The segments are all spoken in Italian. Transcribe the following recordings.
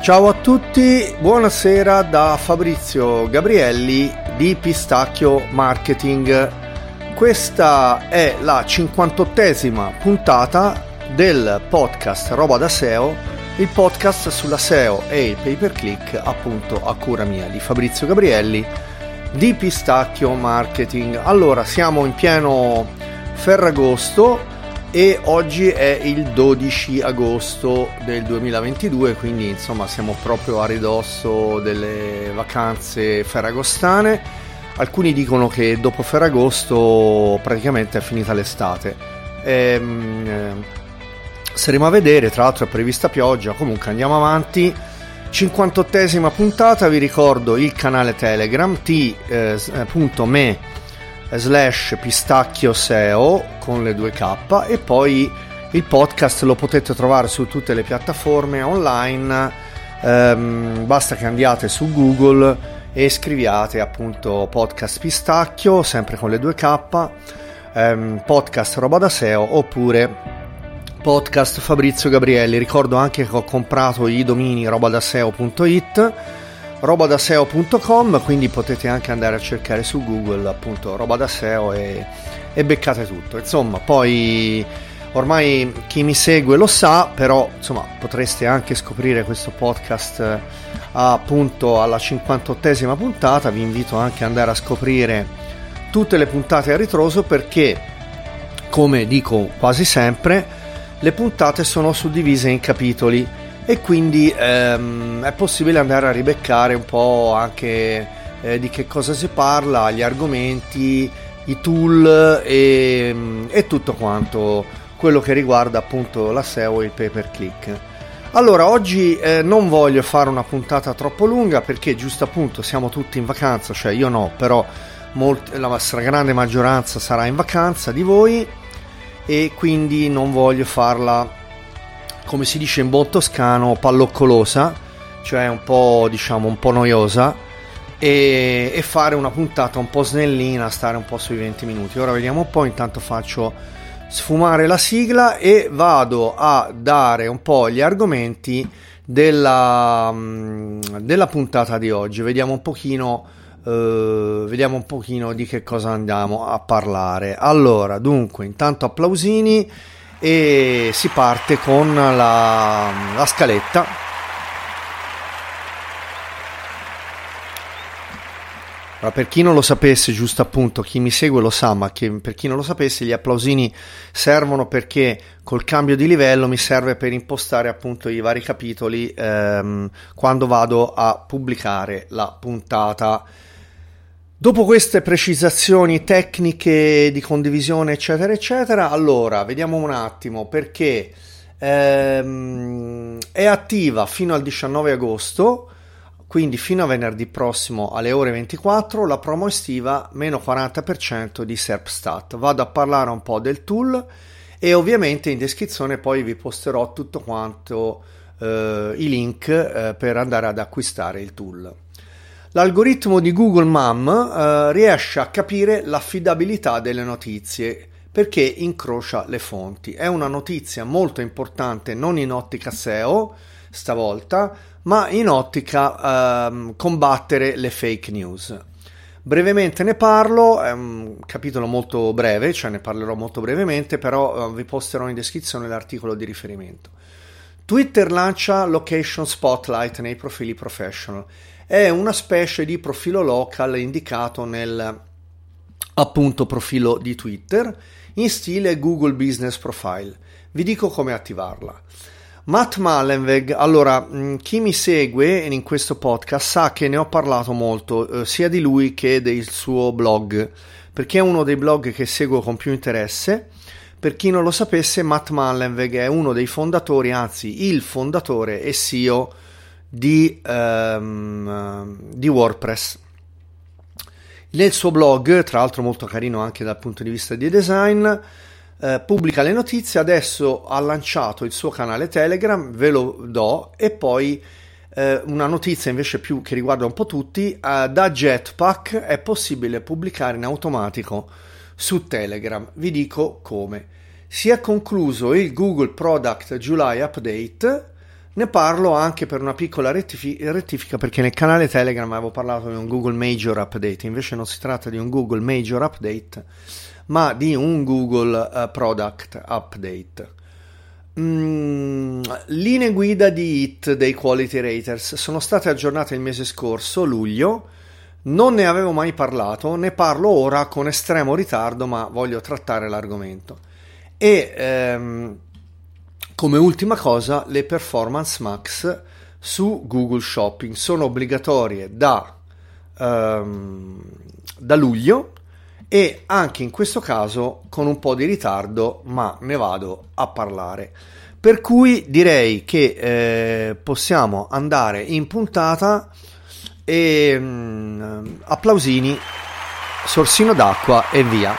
Ciao a tutti, buonasera da Fabrizio Gabrielli di Pistacchio Marketing. Questa è la 58esima puntata del podcast Roba da SEO, il podcast sulla SEO e il pay per click, appunto a cura mia di Fabrizio Gabrielli di Pistacchio Marketing. Allora, siamo in pieno Ferragosto e oggi è il 12 agosto del 2022, quindi insomma siamo proprio a ridosso delle vacanze ferragostane. Alcuni dicono che dopo Ferragosto praticamente è finita l'estate. Saremo a vedere, tra l'altro è prevista pioggia, comunque andiamo avanti. 58esima puntata, vi ricordo il canale Telegram t.me/pistacchio SEO con le 2K, e poi il podcast lo potete trovare su tutte le piattaforme online, basta che andiate su Google e scriviate appunto podcast Pistacchio sempre con le 2K, podcast Roba da SEO oppure podcast Fabrizio Gabrielli. Ricordo anche che ho comprato i domini robadaseo.it, robadaseo.com, quindi potete anche andare a cercare su Google appunto Roba da SEO e beccate tutto. Insomma, poi ormai chi mi segue lo sa, però insomma potreste anche scoprire questo podcast appunto alla 58esima puntata. Vi invito anche ad andare a scoprire tutte le puntate a ritroso, perché come dico quasi sempre le puntate sono suddivise in capitoli e quindi è possibile andare a ribeccare un po' anche di che cosa si parla, gli argomenti, i tool e tutto quanto quello che riguarda appunto la SEO e il pay per click. Allora, oggi non voglio fare una puntata troppo lunga perché giusto appunto siamo tutti in vacanza, cioè io no, però la stragrande maggioranza sarà in vacanza di voi, e quindi non voglio farla, come si dice in buon toscano, palloccolosa, cioè un po' diciamo un po' noiosa, e fare una puntata un po' snellina, stare un po' sui 20 minuti. Ora vediamo un po', intanto faccio sfumare la sigla e vado a dare un po' gli argomenti della puntata di oggi. Vediamo un pochino di che cosa andiamo a parlare. Allora, dunque, intanto applausini e si parte con la scaletta. Allora, per chi non lo sapesse, giusto appunto, chi mi segue lo sa, ma per chi non lo sapesse, gli applausini servono perché col cambio di livello mi serve per impostare appunto i vari capitoli quando vado a pubblicare la puntata. Dopo queste precisazioni tecniche di condivisione eccetera eccetera, allora vediamo un attimo, perché è attiva fino al 19 agosto, quindi fino a venerdì prossimo alle ore 24, la promo estiva meno 40% di SERPstat. Vado a parlare un po' del tool e ovviamente in descrizione poi vi posterò tutto quanto i link per andare ad acquistare il tool. L'algoritmo di Google Mom riesce a capire l'affidabilità delle notizie perché incrocia le fonti. È una notizia molto importante, non in ottica SEO stavolta, ma in ottica combattere le fake news. Brevemente ne parlo, è un capitolo molto breve, cioè ne parlerò molto brevemente, però vi posterò in descrizione l'articolo di riferimento. Twitter lancia Location Spotlight nei profili professional. È una specie di profilo local indicato nel appunto profilo di Twitter in stile Google Business Profile. Vi dico come attivarla. Matt Mullenweg, allora chi mi segue in questo podcast sa che ne ho parlato molto sia di lui che del suo blog, perché è uno dei blog che seguo con più interesse. Per chi non lo sapesse, Matt Mullenweg è uno dei fondatori, anzi il fondatore e CEO di WordPress. Nel suo blog, tra l'altro molto carino anche dal punto di vista di design, pubblica le notizie. Adesso ha lanciato il suo canale Telegram, ve lo do, e poi una notizia invece più che riguarda un po' tutti, da Jetpack è possibile pubblicare in automatico su Telegram. Vi dico come. Si è concluso il Google Product July Update Ne parlo anche per una piccola rettifica, perché nel canale Telegram avevo parlato di un Google Major Update, invece non si tratta di un Google Major Update, ma di un Google Product Update. Linee guida di IT dei Quality Raters sono state aggiornate il mese scorso, luglio. Non ne avevo mai parlato, ne parlo ora con estremo ritardo, ma voglio trattare l'argomento. E come ultima cosa, le Performance Max su Google Shopping sono obbligatorie da luglio, e anche in questo caso con un po' di ritardo, ma ne vado a parlare. Per cui direi che possiamo andare in puntata e applausini, sorsino d'acqua e via.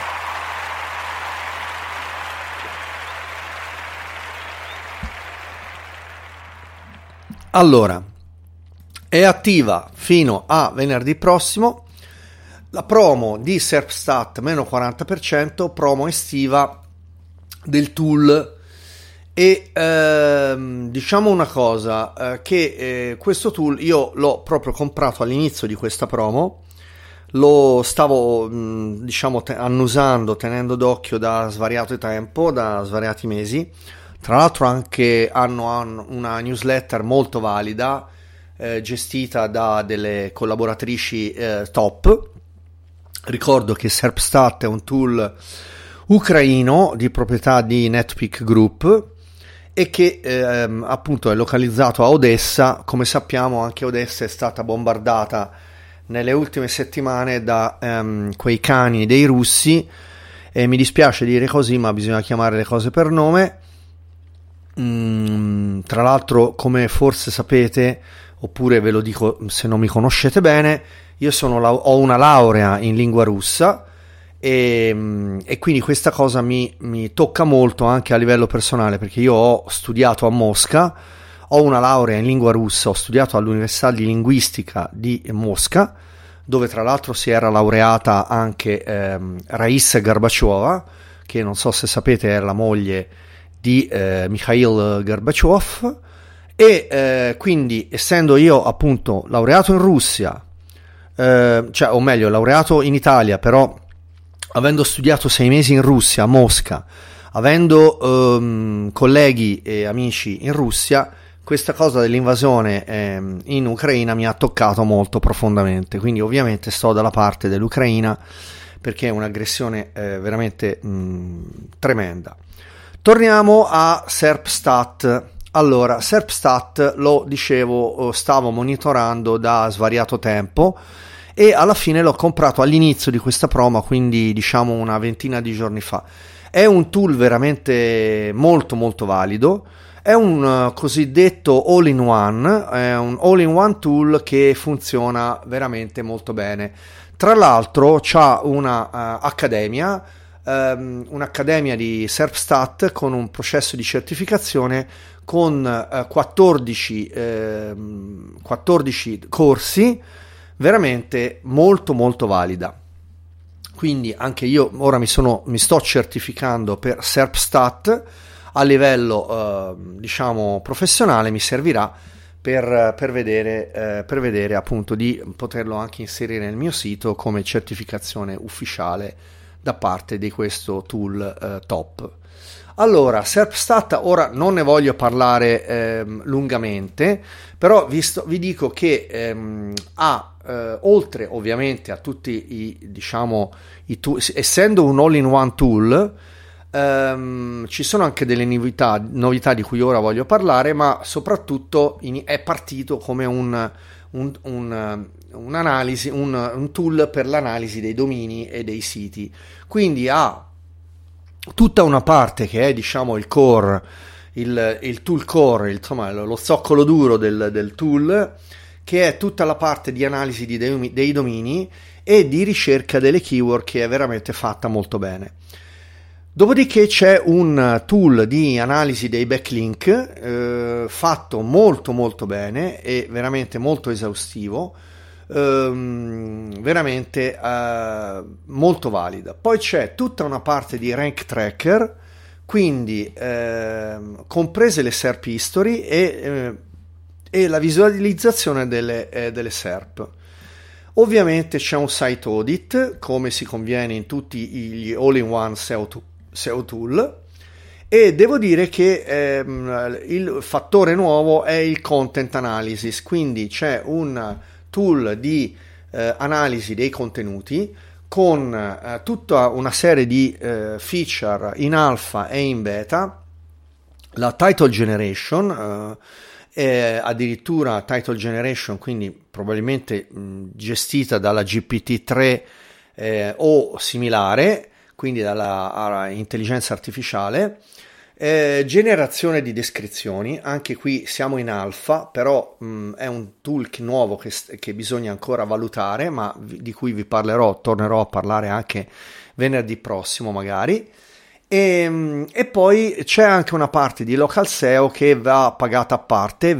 Allora, è attiva fino a venerdì prossimo la promo di SERPstat meno 40%, promo estiva del tool. E diciamo una cosa, che questo tool io l'ho proprio comprato all'inizio di questa promo, lo stavo annusando, tenendo d'occhio da svariato tempo, da svariati mesi. Tra l'altro anche hanno una newsletter molto valida, gestita da delle collaboratrici top. Ricordo che SERPstat è un tool ucraino di proprietà di NetPeak Group e che appunto è localizzato a Odessa. Come sappiamo, anche Odessa è stata bombardata nelle ultime settimane da quei cani dei russi, e mi dispiace dire così, ma bisogna chiamare le cose per nome. Tra l'altro, come forse sapete, oppure ve lo dico se non mi conoscete bene, io ho una laurea in lingua russa, e quindi questa cosa mi tocca molto anche a livello personale, perché io ho studiato a Mosca, ho una laurea in lingua russa, ho studiato all'Università di Linguistica di Mosca, dove tra l'altro si era laureata anche Raïs Gorbaciova, che non so se sapete era la moglie di Mikhail Gorbaciov, e quindi, essendo io appunto laureato in Russia, o meglio laureato in Italia, però avendo studiato 6 mesi in Russia, a Mosca, avendo colleghi e amici in Russia, questa cosa dell'invasione in Ucraina mi ha toccato molto profondamente. Quindi ovviamente sto dalla parte dell'Ucraina, perché è un'aggressione veramente tremenda. Torniamo a SERPstat. Allora, SERPstat, lo dicevo, stavo monitorando da svariato tempo, e alla fine l'ho comprato all'inizio di questa promo, quindi diciamo una ventina di giorni fa. È un tool veramente molto molto valido, è un cosiddetto all-in-one, è un all-in-one tool che funziona veramente molto bene. Tra l'altro c'ha una un'accademia di SERPstat con un processo di certificazione con 14 corsi, veramente molto molto valida. Quindi anche io ora mi sto certificando per SERPstat a livello professionale. Mi servirà per vedere appunto di poterlo anche inserire nel mio sito come certificazione ufficiale da parte di questo tool top. Allora, SERPstat ora non ne voglio parlare lungamente, però vi dico che oltre ovviamente a tutti i tool, essendo un all-in-one tool, ci sono anche delle novità di cui ora voglio parlare, ma soprattutto è partito come un'analisi, un tool per l'analisi dei domini e dei siti. Quindi ha tutta una parte che è il core, il tool core, insomma lo zoccolo duro del tool, che è tutta la parte di analisi dei domini e di ricerca delle keyword, che è veramente fatta molto bene. Dopodiché c'è un tool di analisi dei backlink fatto molto molto bene e veramente molto esaustivo, veramente molto valida. Poi c'è tutta una parte di rank tracker, quindi comprese le SERP history e la visualizzazione delle SERP. Ovviamente c'è un site audit, come si conviene in tutti gli all-in-one SEO tool, e devo dire che il fattore nuovo è il content analysis, quindi c'è un tool di analisi dei contenuti con tutta una serie di feature in alfa e in beta, la title generation, addirittura title generation, quindi probabilmente gestita dalla GPT-3 o similare, quindi dalla intelligenza artificiale, generazione di descrizioni, anche qui siamo in alfa, però è un tool nuovo che bisogna ancora valutare, ma di cui vi tornerò a parlare anche venerdì prossimo magari. E poi c'è anche una parte di local SEO che va pagata a parte,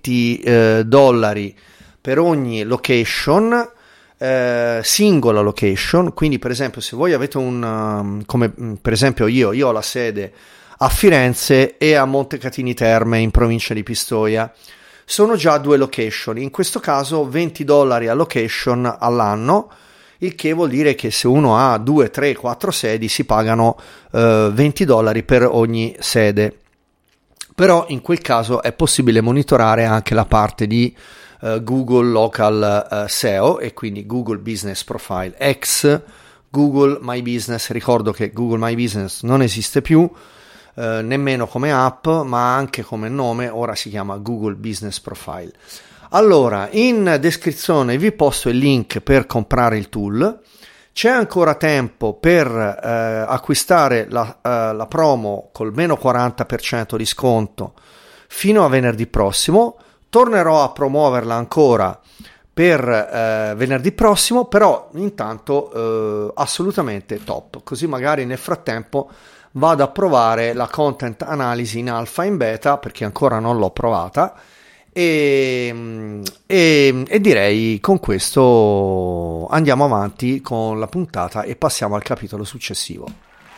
$20 per ogni location, singola location. Quindi per esempio se voi avete come per esempio io ho la sede a Firenze e a Montecatini Terme in provincia di Pistoia, sono già 2 location, in questo caso $20 a location all'anno, il che vuol dire che se uno ha 2, 3, 4 sedi si pagano $20 per ogni sede. Però in quel caso è possibile monitorare anche la parte di Google Local SEO e quindi Google Business Profile ex Google My Business. Ricordo che Google My Business non esiste più, nemmeno come app ma anche come nome, ora si chiama Google Business Profile. Allora, in descrizione vi posto il link per comprare il tool. C'è ancora tempo per acquistare la promo col meno 40% di sconto fino a venerdì prossimo. Tornerò a promuoverla ancora per venerdì prossimo, però intanto assolutamente top, così magari nel frattempo vado a provare la content analysis in alfa e in beta, perché ancora non l'ho provata. E direi con questo andiamo avanti con la puntata e passiamo al capitolo successivo.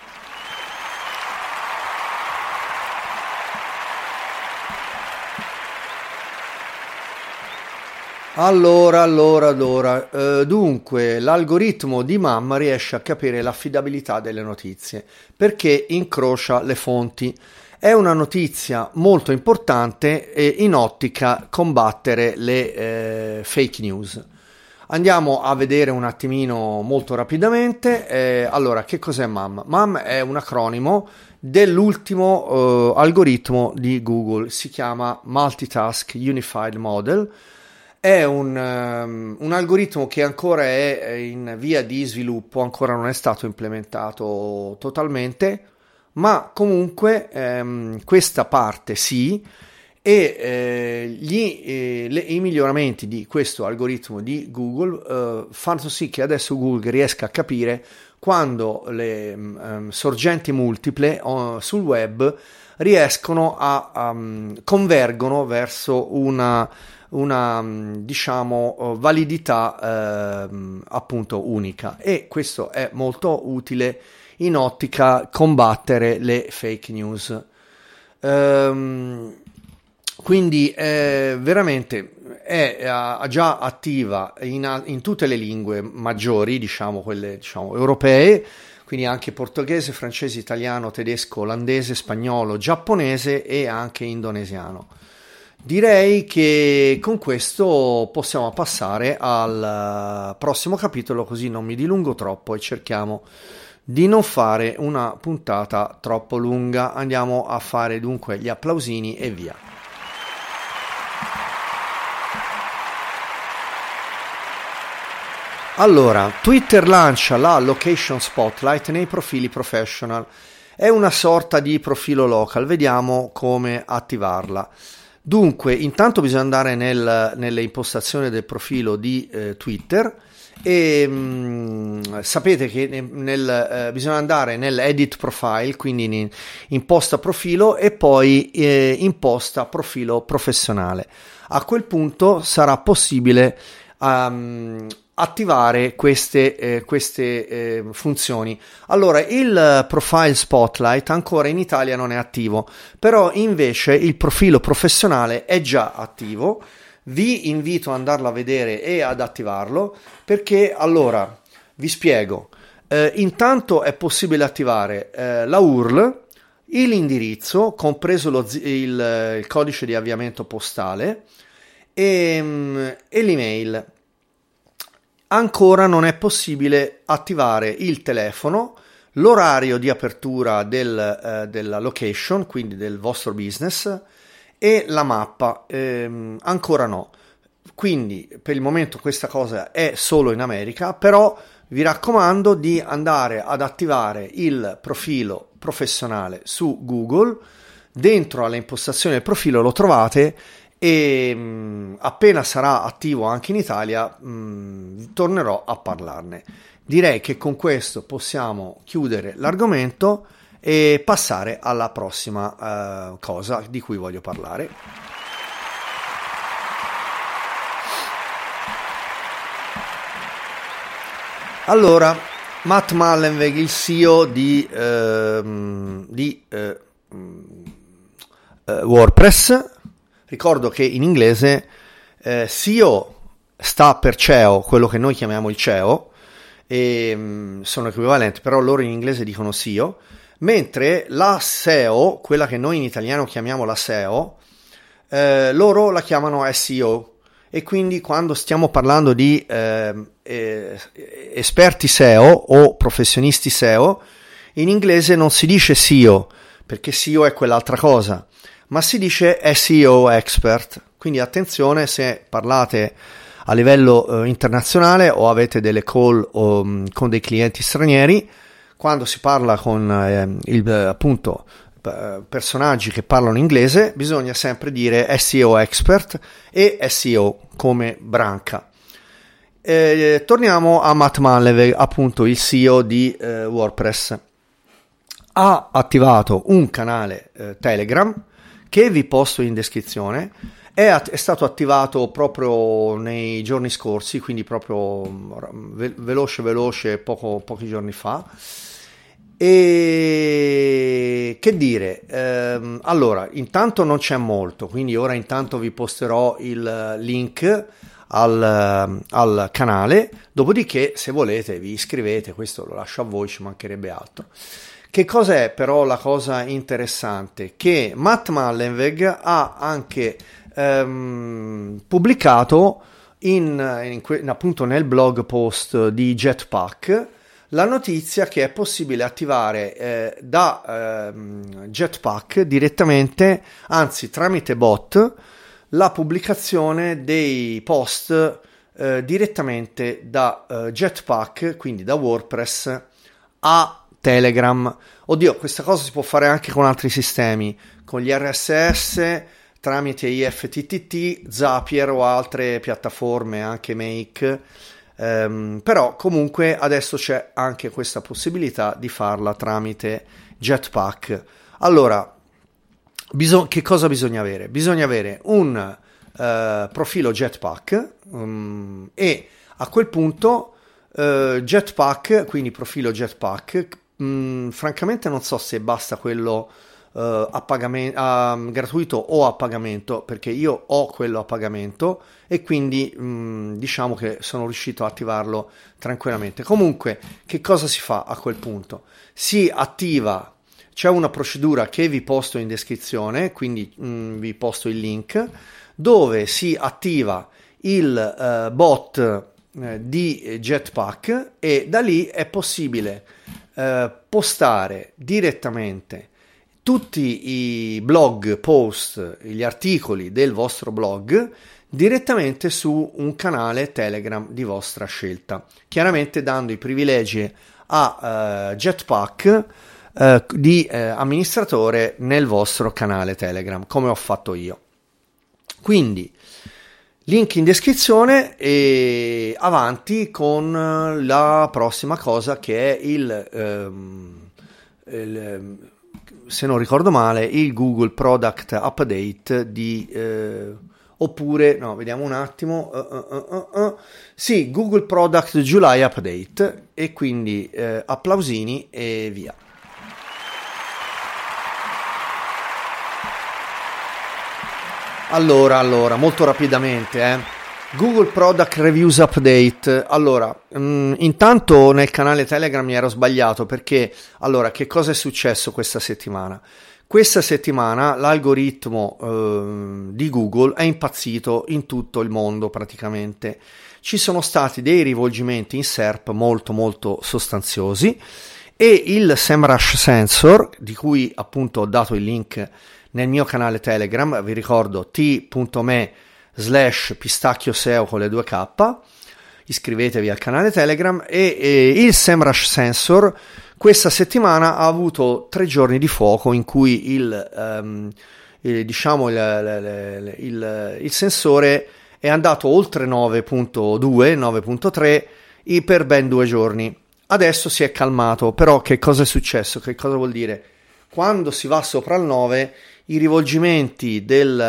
Allora, dunque l'algoritmo di MAM riesce a capire l'affidabilità delle notizie perché incrocia le fonti. È una notizia molto importante in ottica combattere le fake news. Andiamo a vedere un attimino molto rapidamente. Allora, che cos'è MAM? MAM è un acronimo dell'ultimo algoritmo di Google, si chiama Multitask Unified Model. È un algoritmo che ancora è in via di sviluppo, ancora non è stato implementato totalmente, ma comunque questa parte sì, e i miglioramenti di questo algoritmo di Google fanno sì che adesso Google riesca a capire quando le sorgenti multiple sul web riescono a convergono verso una diciamo validità appunto unica, e questo è molto utile in ottica combattere le fake news. Quindi veramente è già attiva in tutte le lingue maggiori, diciamo quelle europee, quindi anche portoghese, francese, italiano, tedesco, olandese, spagnolo, giapponese e anche indonesiano. Direi che con questo possiamo passare al prossimo capitolo, così non mi dilungo troppo e cerchiamo di non fare una puntata troppo lunga. Andiamo a fare dunque gli applausini e via. Allora, Twitter lancia la Location Spotlight nei profili professional. È una sorta di profilo local, vediamo come attivarla. Dunque, intanto bisogna andare nelle impostazioni del profilo di Twitter e sapete che bisogna andare nell'edit profile, quindi in imposta profilo e poi imposta profilo professionale. A quel punto sarà possibile attivare queste funzioni. Allora, il Profile Spotlight ancora in Italia non è attivo, però invece il profilo professionale è già attivo. Vi invito ad andarlo a vedere e ad attivarlo, perché allora vi spiego. Intanto è possibile attivare la URL, l'indirizzo, compreso il codice di avviamento postale e l'email. Ancora non è possibile attivare il telefono, l'orario di apertura della location, quindi del vostro business, e la mappa. Ancora no. Quindi per il momento questa cosa è solo in America, però vi raccomando di andare ad attivare il profilo professionale su Google. Dentro alle impostazioni del profilo lo trovate e appena sarà attivo anche in Italia tornerò a parlarne. Direi che con questo possiamo chiudere l'argomento e passare alla prossima cosa di cui voglio parlare. Allora, Matt Mullenweg, il CEO di WordPress. Ricordo che in inglese CEO sta per CEO, quello che noi chiamiamo il CEO, e sono equivalenti, però loro in inglese dicono CEO, mentre la SEO, quella che noi in italiano chiamiamo la SEO, loro la chiamano SEO. E quindi quando stiamo parlando di esperti SEO o professionisti SEO, in inglese non si dice SEO, perché SEO è quell'altra cosa, ma si dice SEO expert. Quindi attenzione se parlate a livello internazionale o avete delle call con dei clienti stranieri, quando si parla con appunto personaggi che parlano inglese, bisogna sempre dire SEO expert e SEO come branca. Torniamo a Matt Mullenweg, appunto il CEO di WordPress. Ha attivato un canale Telegram che vi posto in descrizione. È stato attivato proprio nei giorni scorsi, quindi proprio veloce, pochi giorni fa. E che dire, allora intanto non c'è molto, quindi ora intanto vi posterò il link al canale, dopodiché se volete vi iscrivete, questo lo lascio a voi, ci mancherebbe altro. Che cos'è però la cosa interessante? Che Matt Mullenweg ha anche pubblicato appunto nel blog post di Jetpack la notizia che è possibile attivare da Jetpack direttamente, anzi tramite bot, la pubblicazione dei post direttamente da Jetpack, quindi da WordPress a Telegram. Oddio, questa cosa si può fare anche con altri sistemi, con gli RSS, tramite IFTTT, Zapier o altre piattaforme, anche Make. Però comunque adesso c'è anche questa possibilità di farla tramite Jetpack. Allora, che cosa bisogna avere? Bisogna avere un profilo Jetpack e a quel punto Jetpack, quindi profilo Jetpack, francamente non so se basta quello a pagamento, gratuito o a pagamento, perché io ho quello a pagamento e quindi diciamo che sono riuscito a attivarlo tranquillamente. Comunque, che cosa si fa a quel punto? Si attiva, c'è una procedura che vi posto in descrizione, quindi vi posto il link, dove si attiva il bot di Jetpack e da lì è possibile postare direttamente tutti i blog post, gli articoli del vostro blog direttamente su un canale Telegram di vostra scelta, chiaramente dando i privilegi a Jetpack di amministratore nel vostro canale Telegram, come ho fatto io. Quindi link in descrizione e avanti con la prossima cosa, che è se non ricordo male, il Google Product Update oppure, no, vediamo un attimo, sì, Google Product July Update, e quindi applausini e via. Allora, molto rapidamente, Google Product Reviews Update. Allora, intanto nel canale Telegram mi ero sbagliato perché, allora, che cosa è successo questa settimana? Questa settimana l'algoritmo di Google è impazzito in tutto il mondo praticamente. Ci sono stati dei rivolgimenti in SERP molto molto sostanziosi e il SEMrush Sensor, di cui appunto ho dato il link nel mio canale Telegram, vi ricordo t.me/pistacchio SEO con le 2K, iscrivetevi al canale Telegram, e il SEMrush Sensor questa settimana ha avuto 3 giorni di fuoco in cui il sensore è andato oltre 9.2, 9.3 per ben 2 giorni. Adesso si è calmato, però che cosa è successo? Che cosa vuol dire? Quando si va sopra il 9, i rivolgimenti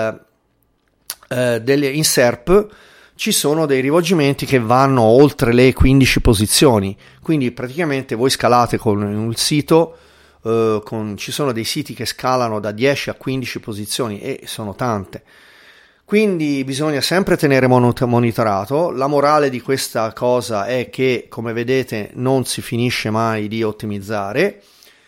in SERP, ci sono dei rivolgimenti che vanno oltre le 15 posizioni, quindi praticamente voi scalate con un sito, ci sono dei siti che scalano da 10 a 15 posizioni e sono tante, quindi bisogna sempre tenere monitorato. La morale di questa cosa è che, come vedete, non si finisce mai di ottimizzare.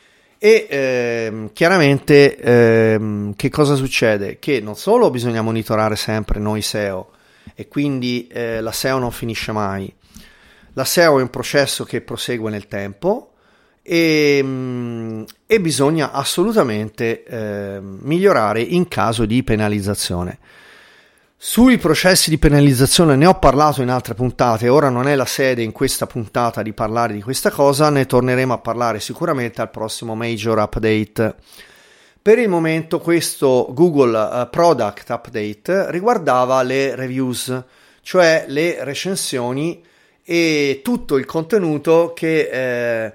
E chiaramente che cosa succede? Che non solo bisogna monitorare sempre noi SEO, e quindi la SEO non finisce mai. La SEO è un processo che prosegue nel tempo e bisogna assolutamente migliorare in caso di penalizzazione. Sui processi di penalizzazione ne ho parlato in altre puntate, ora non è la sede in questa puntata di parlare di questa cosa, ne torneremo a parlare sicuramente al prossimo Major Update. Per il momento questo Google Product Update riguardava le reviews, cioè le recensioni e tutto il contenuto che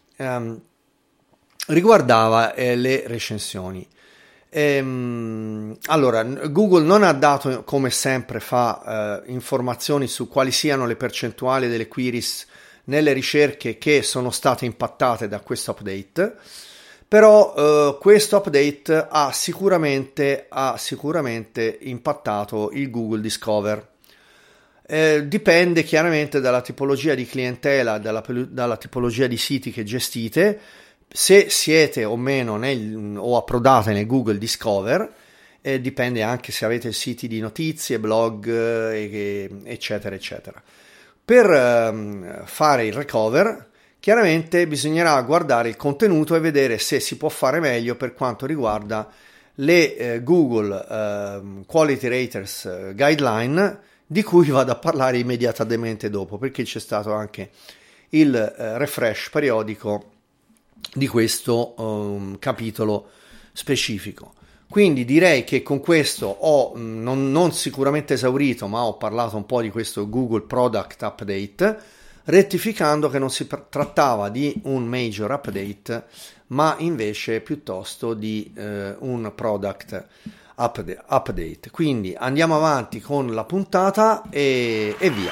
riguardava le recensioni. Allora, Google non ha dato, come sempre fa, informazioni su quali siano le percentuali delle queries nelle ricerche che sono state impattate da questo update, però questo update ha sicuramente impattato il Google Discover. Dipende chiaramente dalla tipologia di clientela, dalla tipologia di siti che gestite, se siete o meno o approdate nel Google Discover, dipende anche se avete siti di notizie, blog, eccetera eccetera. Per fare il recover chiaramente bisognerà guardare il contenuto e vedere se si può fare meglio per quanto riguarda le Google Quality Raters Guideline, di cui vado a parlare immediatamente dopo, perché c'è stato anche il refresh periodico di questo capitolo specifico. Quindi direi che con questo ho non sicuramente esaurito, ma ho parlato un po' di questo Google Product Update, rettificando che non si trattava di un major update, ma invece piuttosto di un product update. Quindi andiamo avanti con la puntata e via.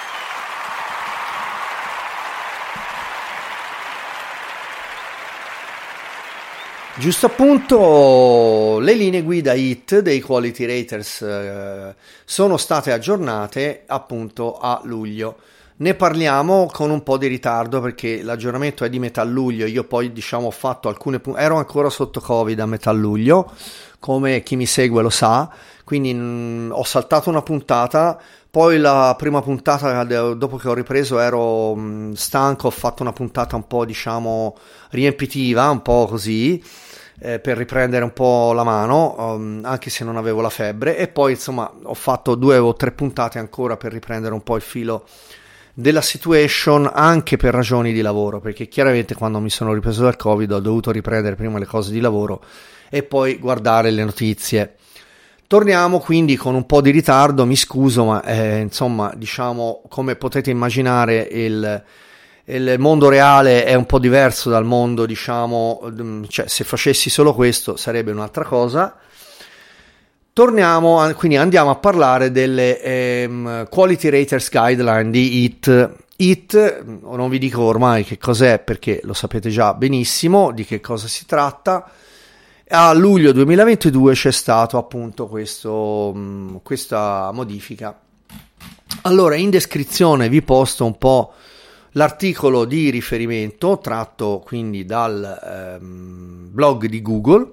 Giusto appunto, le linee guida HIT dei Quality Raters sono state aggiornate appunto a luglio. Ne parliamo con un po' di ritardo perché l'aggiornamento è di metà luglio. Io poi ho fatto alcune ero ancora sotto Covid a metà luglio, come chi mi segue lo sa, quindi ho saltato una puntata. Poi la prima puntata, dopo che ho ripreso, ero stanco, ho fatto una puntata un po' riempitiva, un po' così, per riprendere un po' la mano, anche se non avevo la febbre, e poi insomma ho fatto 2 o 3 puntate ancora per riprendere un po' il filo della situation, anche per ragioni di lavoro, perché chiaramente quando mi sono ripreso dal Covid ho dovuto riprendere prima le cose di lavoro e poi guardare le notizie. Torniamo quindi con un po' di ritardo, mi scuso, ma insomma, come potete immaginare il mondo reale è un po' diverso dal mondo, cioè se facessi solo questo sarebbe un'altra cosa. Quindi andiamo a parlare delle Quality Raters Guideline di HEAT. HEAT, non vi dico ormai che cos'è perché lo sapete già benissimo di che cosa si tratta. A luglio 2022 c'è stato appunto questa modifica. Allora, in descrizione vi posto un po' l'articolo di riferimento tratto quindi dal blog di Google.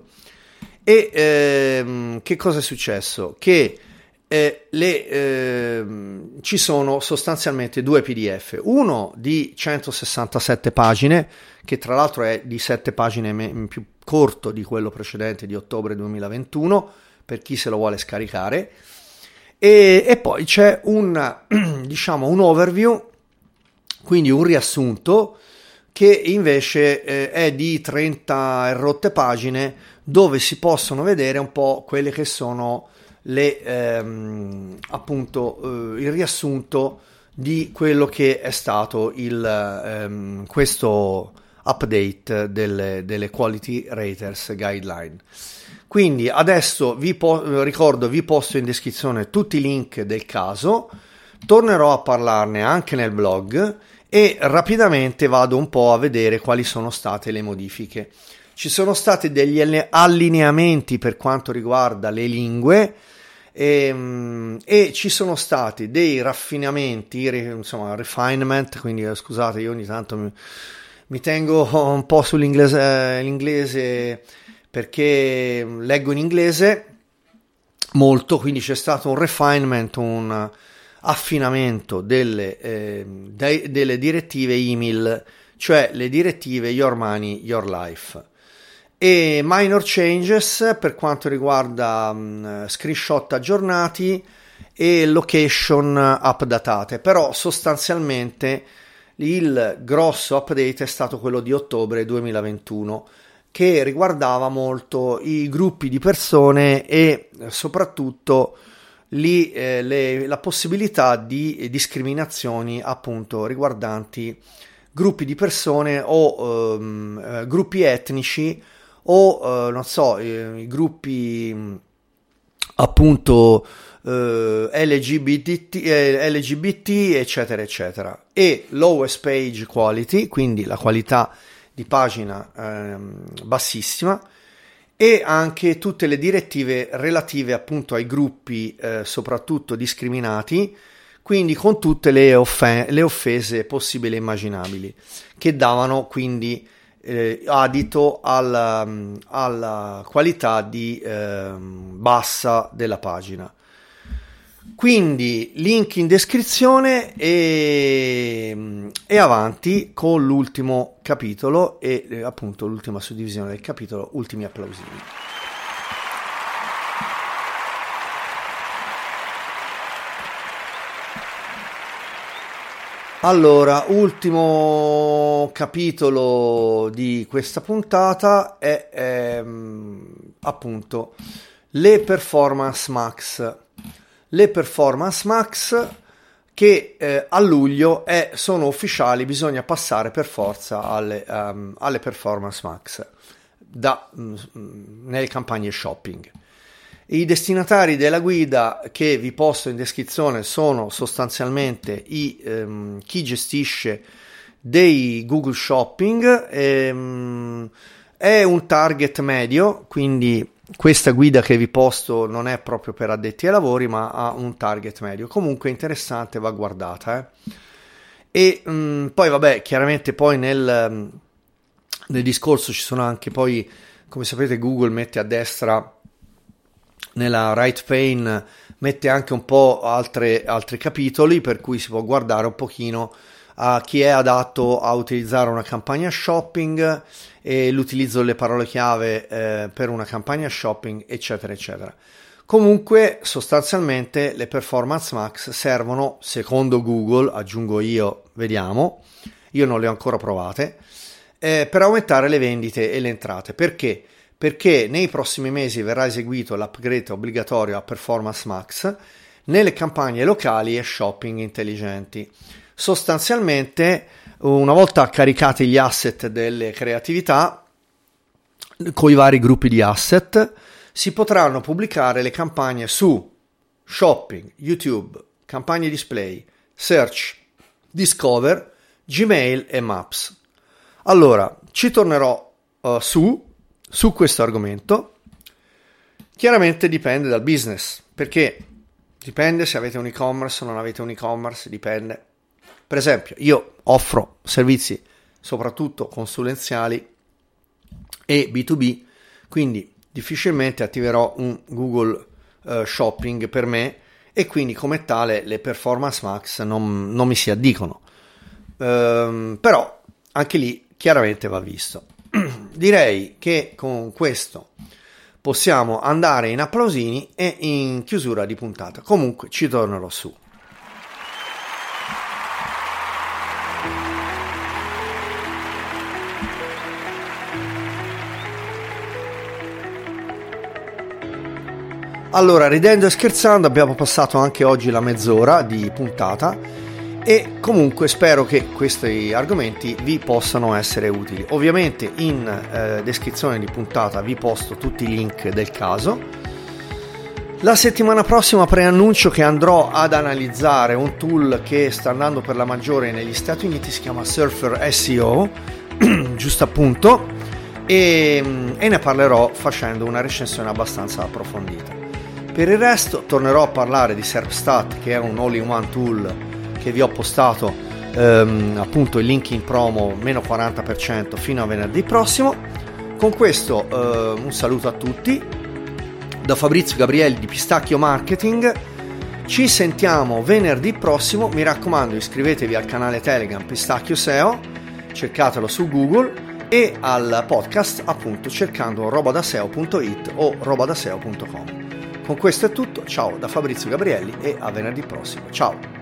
E che cosa è successo? Che ci sono sostanzialmente due PDF, uno di 167 pagine, che tra l'altro è di 7 pagine più corto di quello precedente di ottobre 2021, per chi se lo vuole scaricare, e poi c'è diciamo un overview, quindi un riassunto, che invece è di 30 e rotte pagine, dove si possono vedere un po' quelle che sono il riassunto di quello che è stato questo update delle Quality Raters Guideline. Quindi adesso vi posto in descrizione tutti i link del caso, tornerò a parlarne anche nel blog e rapidamente vado un po' a vedere quali sono state le modifiche. Ci sono stati degli allineamenti per quanto riguarda le lingue e ci sono stati dei raffinamenti, insomma refinement, quindi scusate, io ogni tanto mi tengo un po' l'inglese perché leggo in inglese molto, quindi c'è stato un refinement, un affinamento delle direttive email, cioè le direttive Your Money, Your Life. E minor changes per quanto riguarda screenshot aggiornati e location updatate, però sostanzialmente il grosso update è stato quello di ottobre 2021, che riguardava molto i gruppi di persone e soprattutto la possibilità di discriminazioni appunto riguardanti gruppi di persone o gruppi etnici o non so, i gruppi appunto LGBT eccetera eccetera, e lowest page quality, quindi la qualità di pagina bassissima, e anche tutte le direttive relative appunto ai gruppi soprattutto discriminati, quindi con tutte le offese possibili e immaginabili, che davano quindi adito alla qualità di bassa della pagina. Quindi link in descrizione e avanti con l'ultimo capitolo e appunto l'ultima suddivisione del capitolo, ultimi applausini. Allora, ultimo capitolo di questa puntata è appunto le Performance Max. Le Performance Max che a luglio sono ufficiali, bisogna passare per forza alle Performance Max nelle campagne shopping. I destinatari della guida che vi posto in descrizione sono sostanzialmente chi gestisce dei Google Shopping, è un target medio, quindi questa guida che vi posto non è proprio per addetti ai lavori, ma ha un target medio. Comunque interessante, va guardata. E poi vabbè, chiaramente poi nel discorso ci sono anche poi, come sapete, Google mette a destra nella right pane, mette anche un po' altri capitoli, per cui si può guardare un pochino a chi è adatto a utilizzare una campagna shopping e l'utilizzo delle parole chiave per una campagna shopping, eccetera eccetera. Comunque sostanzialmente le Performance Max servono, secondo Google, aggiungo io, vediamo, io non le ho ancora provate, per aumentare le vendite e le entrate. Perché? Perché nei prossimi mesi verrà eseguito l'upgrade obbligatorio a Performance Max nelle campagne locali e shopping intelligenti. Sostanzialmente, una volta caricati gli asset delle creatività con i vari gruppi di asset, si potranno pubblicare le campagne su Shopping, YouTube, campagne display, Search, Discover, Gmail e Maps. Allora, ci tornerò su questo argomento. Chiaramente dipende dal business, perché dipende se avete un e-commerce o non avete un e-commerce, dipende. Per esempio, io offro servizi soprattutto consulenziali e B2B, quindi difficilmente attiverò un Google Shopping per me, e quindi come tale le performance max non mi si addicono. Però anche lì chiaramente va visto. Direi che con questo possiamo andare in applausini e in chiusura di puntata. Comunque ci tornerò su. Allora, ridendo e scherzando, abbiamo passato anche oggi la mezz'ora di puntata e comunque spero che questi argomenti vi possano essere utili. Ovviamente in descrizione di puntata vi posto tutti i link del caso. La settimana prossima preannuncio che andrò ad analizzare un tool che sta andando per la maggiore negli Stati Uniti, si chiama Surfer SEO, giusto appunto, e ne parlerò facendo una recensione abbastanza approfondita. Per il resto tornerò a parlare di SERPstat, che è un all-in-one tool che vi ho postato appunto il link in promo meno 40% fino a venerdì prossimo. Con questo un saluto a tutti da Fabrizio Gabrielli di Pistacchio Marketing. Ci sentiamo venerdì prossimo, mi raccomando iscrivetevi al canale Telegram Pistacchio SEO, cercatelo su Google, e al podcast appunto cercando robadaseo.it o robadaseo.com. Con questo è tutto, ciao da Fabrizio Gabrielli e a venerdì prossimo, ciao!